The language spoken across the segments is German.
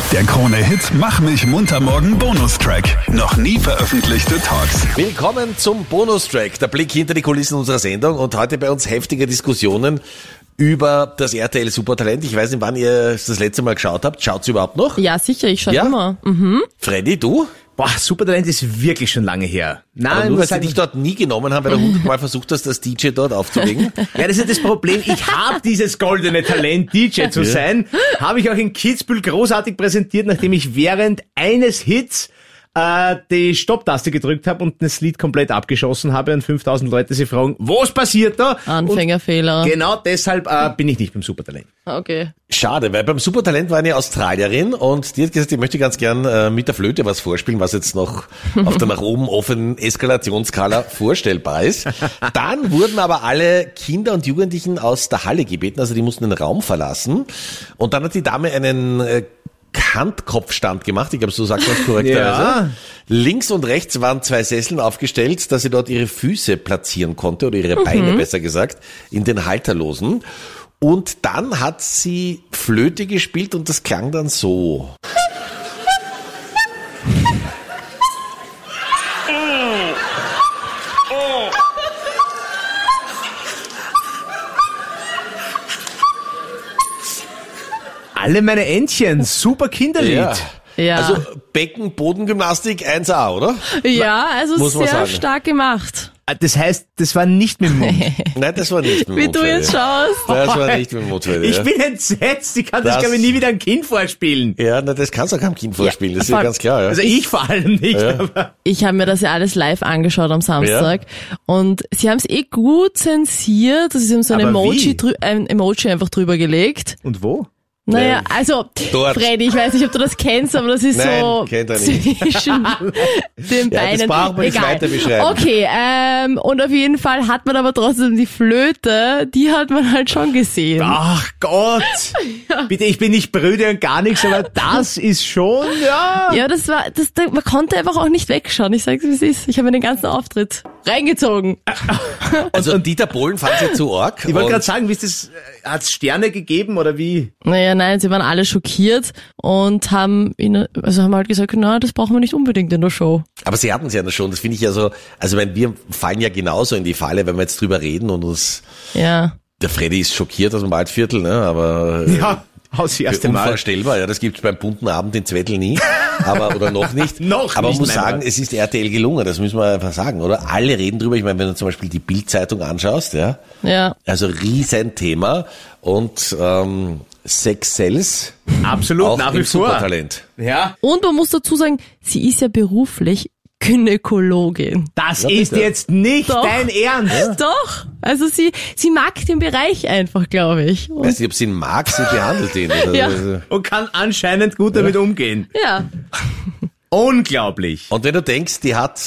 Der Krone-Hit Mach mich munter morgen Bonustrack. Noch nie veröffentlichte Talks. Willkommen zum Bonustrack, der Blick hinter die Kulissen unserer Sendung und heute bei uns heftige Diskussionen über das RTL Supertalent. Ich weiß nicht, wann ihr es das letzte Mal geschaut habt. Schaut's überhaupt noch? Ja, sicher, ich schaue immer. Freddy, du? Boah, Supertalent ist wirklich schon lange her. Nein, Aber nur, weil sie dich dort nie genommen haben, weil du 100-mal versucht hast, das DJ dort aufzulegen. Ja, das ist das Problem. Ich habe dieses goldene Talent, DJ zu sein. Habe ich auch in Kitzbühel großartig präsentiert, nachdem ich während eines Hits die Stopptaste gedrückt habe und das Lied komplett abgeschossen habe und 5000 Leute sich fragen, was passiert da? Anfängerfehler. Und genau deshalb bin ich nicht beim Supertalent. Okay. Schade, weil beim Supertalent war eine Australierin und die hat gesagt, ich möchte ganz gern mit der Flöte was vorspielen, was jetzt noch auf der nach oben offenen Eskalationsskala vorstellbar ist. Dann wurden aber alle Kinder und Jugendlichen aus der Halle gebeten, also die mussten den Raum verlassen. Und dann hat die Dame einen Handkopfstand gemacht, ich glaube, so sagt man es korrekterweise. Ja. Links und rechts waren 2 Sesseln aufgestellt, dass sie dort ihre Füße platzieren konnte, oder ihre Beine besser gesagt, in den Halterlosen. Und dann hat sie Flöte gespielt und das klang dann so. Alle meine Entchen, super Kinderlied. Ja. Also Becken-Bodengymnastik 1A, oder? Ja, also Muss man sehr sagen. stark gemacht. Das heißt, das war nicht mit dem Mund. Nein, das war nicht mit dem Wie Mund, du jetzt Freddy. schaust. Das war nicht mit dem Mund, Freddy, Ich ja. bin entsetzt, ich kann das, Das- glaube ich, nie wieder ein Kind vorspielen. Ja, na, das kannst du auch keinem Kind vorspielen, das ist ja voll. ganz klar. Ja. Also ich vor allem nicht. Ja. Aber Ich habe mir das ja alles live angeschaut am Samstag und sie haben es gut zensiert. Also sie haben so ein Aber wie? Emoji einfach drüber gelegt. Und wo? Naja, also Dort. Freddy, ich weiß nicht, ob du das kennst, aber das ist Nein, so kennt er nicht. zwischen den Ja, Beinen. das braucht man nicht Egal. weiter beschreiben. Okay, und auf jeden Fall hat man aber trotzdem die Flöte, die hat man halt schon gesehen. Ach Gott! Bitte, ich bin nicht brüde und gar nichts, aber das ist schon, ja. Ja, man konnte einfach auch nicht wegschauen. Ich sag's, wie es ist. Ich habe mir den ganzen Auftritt reingezogen. Also und Dieter Bohlen fand sie zu arg. Ich wollte und- gerade sagen, wie ist das, hat's Sterne gegeben oder wie? Naja, nein, sie waren alle schockiert und haben halt gesagt, na, das brauchen wir nicht unbedingt in der Show. Aber sie hatten es ja schon, das finde ich ja so, also wenn wir fallen ja genauso in die Falle, wenn wir jetzt drüber reden und uns, Ja. der Freddy ist schockiert aus dem Waldviertel, ne, aber Ja, aus erste Mal. unvorstellbar, ja, das gibt's beim bunten Abend in Zwettl nie, aber, oder noch nicht. Noch aber man nicht, muss mein sagen, Gott. es ist RTL gelungen, das müssen wir einfach sagen, oder? Alle reden drüber, ich meine, wenn du zum Beispiel die Bild-Zeitung anschaust, ja, Ja. also Riesenthema und, Sex Sells, Absolut, auch nach im wie vor. Supertalent. Ja. Und man muss dazu sagen, sie ist ja beruflich Gynäkologin. Das Ja, ist bitte. jetzt nicht Doch. dein Ernst. Doch. Also sie mag den Bereich einfach, glaube ich. Ich weiß nicht, ob sie ihn mag, sie behandelt ihn. Also, Ja. Und kann anscheinend gut damit umgehen. Ja. Unglaublich. Und wenn du denkst, die hat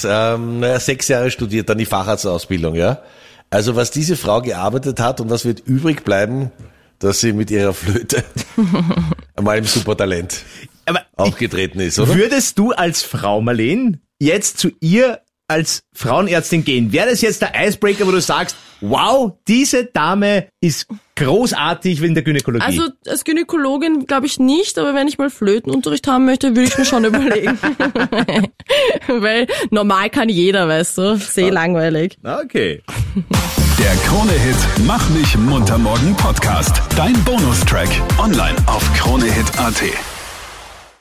6 Jahre studiert, dann die Facharztausbildung, ja. Also was diese Frau gearbeitet hat und was wird übrig bleiben, dass sie mit ihrer Flöte einmal im Supertalent Aber aufgetreten ist, oder? würdest du als Frau, Marleen, jetzt zu ihr als Frauenärztin gehen? Wäre das jetzt der Icebreaker, wo du sagst, wow, diese Dame ist großartig in der Gynäkologie? Also als Gynäkologin glaube ich nicht, aber wenn ich mal Flötenunterricht haben möchte, würde ich mir schon überlegen. Weil normal kann jeder, weißt du. Sehr langweilig. Okay. Der Krone-Hit Mach mich munter morgen Podcast. Dein Bonustrack. Online auf kronehit.at.